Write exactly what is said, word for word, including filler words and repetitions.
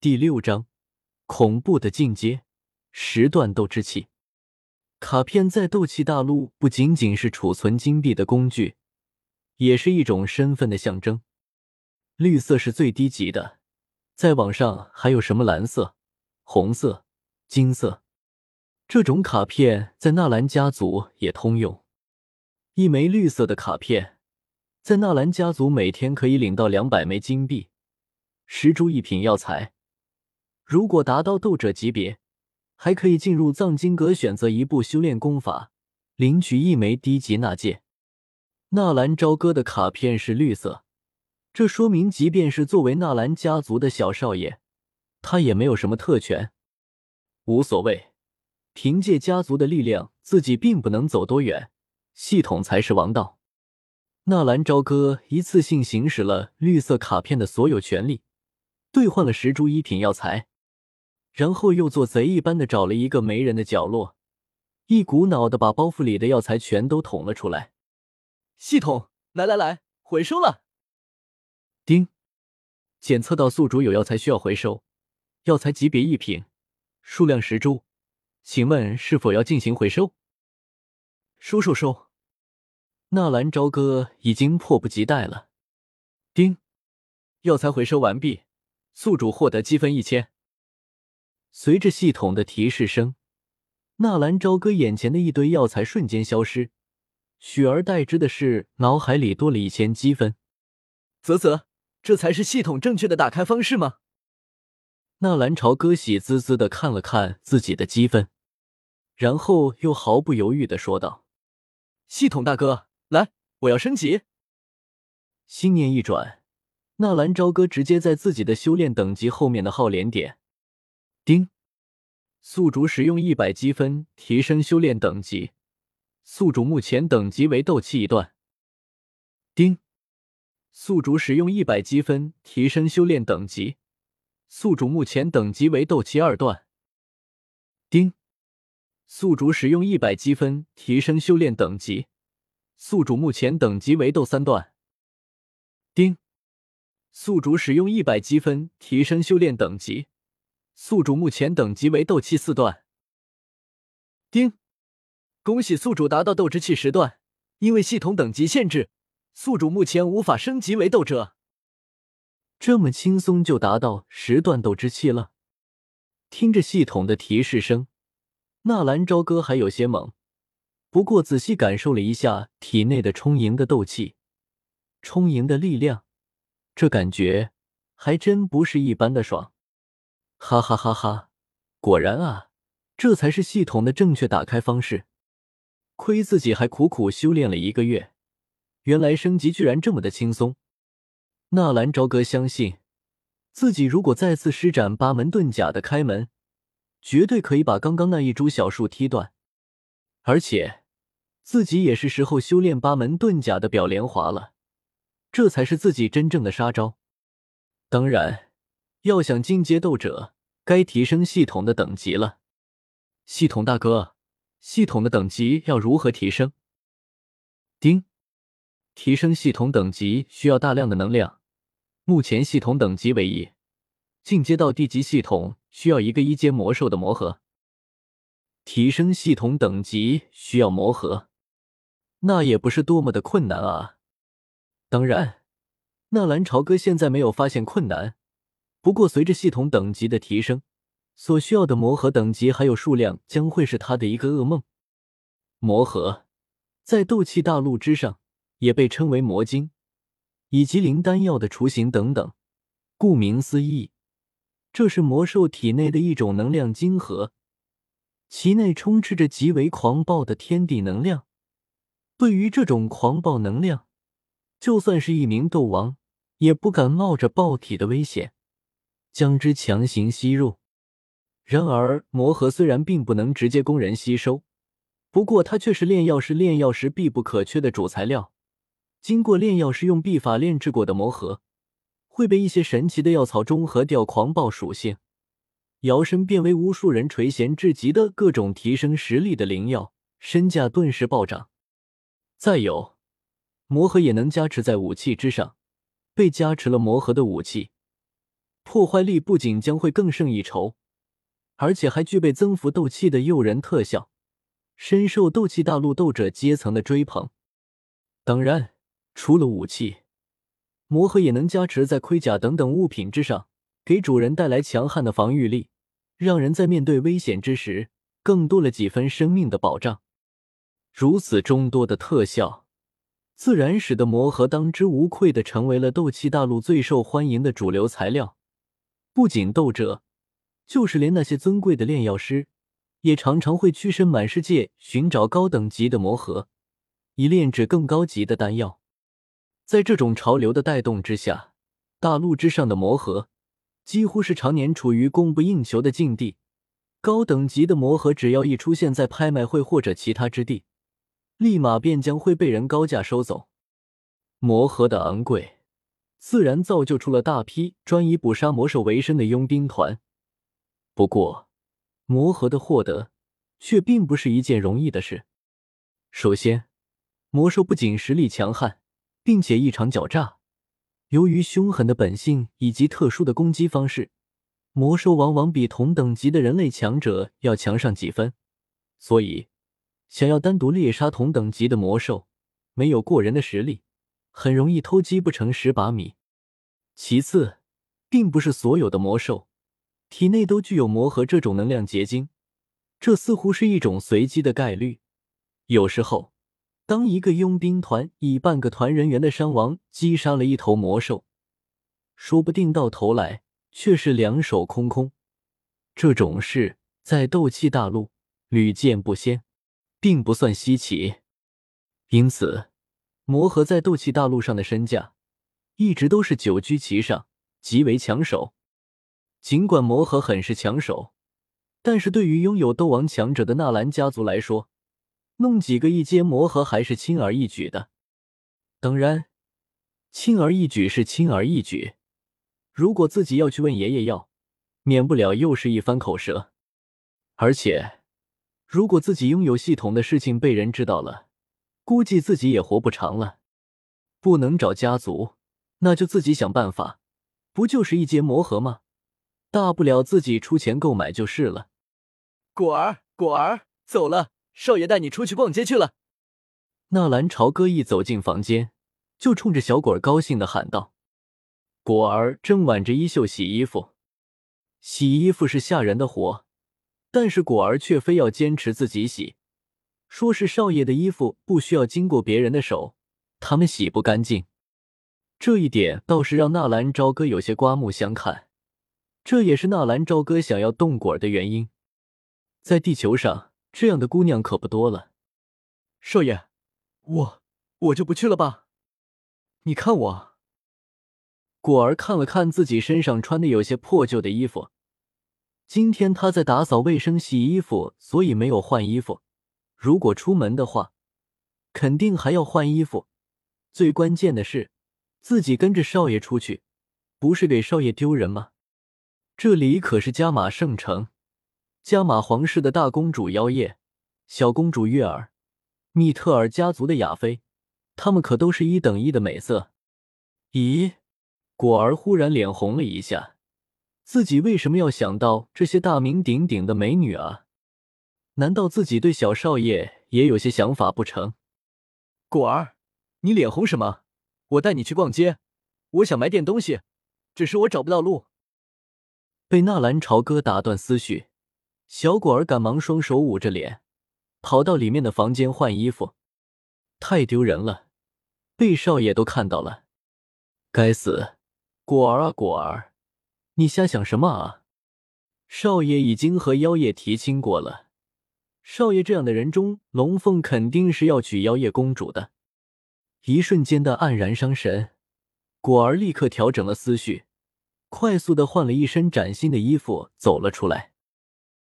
第六章，恐怖的进阶，十段斗之气。卡片在斗气大陆不仅仅是储存金币的工具，也是一种身份的象征。绿色是最低级的，再往上还有什么蓝色、红色、金色。这种卡片在纳兰家族也通用。一枚绿色的卡片，在纳兰家族每天可以领到两百枚金币，十株一品药材。如果达到斗者级别，还可以进入藏经阁选择一部修炼功法，领取一枚低级纳戒。纳兰朝歌的卡片是绿色，这说明即便是作为纳兰家族的小少爷，他也没有什么特权。无所谓，凭借家族的力量，自己并不能走多远，系统才是王道。纳兰朝歌一次性行使了绿色卡片的所有权利，兑换了十株一品药材。然后又做贼一般的找了一个没人的角落，一股脑的把包袱里的药材全都捅了出来。系统，来来来，回收了。丁，检测到宿主有药材需要回收，药材级别一品，数量十株，请问是否要进行回收？收收收。纳兰朝歌已经迫不及待了。丁，药材回收完毕，宿主获得积分一千。随着系统的提示声，纳兰朝歌眼前的一堆药材瞬间消失，取而代之的是脑海里多了一千积分。啧啧，这才是系统正确的打开方式吗？纳兰朝歌喜滋滋地看了看自己的积分，然后又毫不犹豫地说道：系统大哥，来，我要升级。心念一转，纳兰朝歌直接在自己的修炼等级后面的号连点。丁，宿主使用一百积分提升修炼等级，宿主目前等级为斗气一段。丁，宿主使用一百积分提升修炼等级，宿主目前等级为斗气二段。丁，宿主使用一百积分提升修炼等级，宿主目前等级为斗三段。丁，宿主使用一百积分提升修炼等级，宿主目前等级为斗气四段。丁，恭喜宿主达到斗之气十段，因为系统等级限制，宿主目前无法升级为斗者。这么轻松就达到十段斗之气了。听着系统的提示声，纳兰朝歌还有些懵，不过仔细感受了一下体内的充盈的斗气，充盈的力量，这感觉还真不是一般的爽。哈哈哈哈，果然啊，这才是系统的正确打开方式。亏自己还苦苦修炼了一个月，原来升级居然这么的轻松。纳兰朝歌相信，自己如果再次施展八门遁甲的开门，绝对可以把刚刚那一株小树踢断。而且，自己也是时候修炼八门遁甲的表莲华了，这才是自己真正的杀招。当然，要想进阶斗者，该提升系统的等级了。系统大哥，系统的等级要如何提升？丁，提升系统等级需要大量的能量，目前系统等级为一，进阶到地级系统需要一个一阶魔兽的魔核。提升系统等级需要魔核，那也不是多么的困难啊。当然，纳兰朝歌现在没有发现困难，不过随着系统等级的提升，所需要的魔核等级还有数量将会是他的一个噩梦。魔核在斗气大陆之上也被称为魔晶，以及灵丹药的雏形等等。顾名思义，这是魔兽体内的一种能量晶核，其内充斥着极为狂暴的天地能量。对于这种狂暴能量，就算是一名斗王也不敢冒着爆体的危险将之强行吸入。然而魔核虽然并不能直接供人吸收，不过它却是炼药师炼药时必不可缺的主材料。经过炼药师用秘法炼制过的魔核，会被一些神奇的药草中和掉狂暴属性，摇身变为无数人垂涎至极的各种提升实力的灵药，身价顿时暴涨。再有，魔核也能加持在武器之上，被加持了魔核的武器破坏力不仅将会更胜一筹，而且还具备增幅斗气的诱人特效，深受斗气大陆斗者阶层的追捧。当然，除了武器，魔盒也能加持在盔甲等等物品之上，给主人带来强悍的防御力，让人在面对危险之时更多了几分生命的保障。如此众多的特效，自然使得魔盒当之无愧地成为了斗气大陆最受欢迎的主流材料。不仅斗者，就是连那些尊贵的炼药师，也常常会屈身满世界寻找高等级的魔盒，以炼制更高级的丹药。在这种潮流的带动之下，大陆之上的魔盒几乎是常年处于供不应求的境地。高等级的魔盒只要一出现在拍卖会或者其他之地，立马便将会被人高价收走。魔盒的昂贵，自然造就出了大批专以捕杀魔兽为生的佣兵团。不过，魔盒的获得却并不是一件容易的事。首先，魔兽不仅实力强悍，并且异常狡诈。由于凶狠的本性以及特殊的攻击方式，魔兽往往比同等级的人类强者要强上几分，所以想要单独猎杀同等级的魔兽，没有过人的实力，很容易偷鸡不成蚀把米。其次，并不是所有的魔兽体内都具有魔盒这种能量结晶，这似乎是一种随机的概率。有时候，当一个佣兵团以半个团人员的伤亡击杀了一头魔兽，说不定到头来却是两手空空。这种事在斗气大陆屡见不鲜，并不算稀奇。因此，魔盒在斗气大陆上的身价一直都是久居其上，极为抢手。尽管魔盒很是抢手，但是对于拥有斗王强者的纳兰家族来说，弄几个一阶魔盒还是轻而易举的。当然，轻而易举是轻而易举，如果自己要去问爷爷要，免不了又是一番口舌。而且，如果自己拥有系统的事情被人知道了，估计自己也活不长了。不能找家族，那就自己想办法，不就是一阶魔盒吗？大不了自己出钱购买就是了。 果儿，果儿，走了，少爷带你出去逛街去了。 纳兰朝歌一走进房间，就冲着小果儿高兴地喊道。果儿正挽着衣袖洗衣服。洗衣服是下人的活，但是果儿却非要坚持自己洗，说是少爷的衣服不需要经过别人的手，他们洗不干净。这一点倒是让纳兰朝歌有些刮目相看，这也是纳兰朝歌想要动果儿的原因。在地球上，这样的姑娘可不多了。 少爷，我我就不去了吧？你看我。 果儿看了看自己身上穿的有些破旧的衣服，今天他在打扫卫生洗衣服，所以没有换衣服。如果出门的话，肯定还要换衣服。最关键的是，自己跟着少爷出去，不是给少爷丢人吗？这里可是加玛圣城，加玛皇室的大公主妖夜、小公主月儿、密特尔家族的亚菲，她们可都是一等一的美色。咦？果儿忽然脸红了一下，自己为什么要想到这些大名鼎鼎的美女啊？难道自己对小少爷也有些想法不成？ 果儿，你脸红什么？我带你去逛街，我想买点东西，只是我找不到路。 被纳兰朝歌打断思绪，小果儿赶忙双手捂着脸，跑到里面的房间换衣服。太丢人了，被少爷都看到了。该死！果儿啊果儿，你瞎想什么啊？少爷已经和妖夜提亲过了，少爷这样的人中，龙凤肯定是要娶妖夜公主的。一瞬间的黯然伤神，果儿立刻调整了思绪，快速的换了一身崭新的衣服走了出来。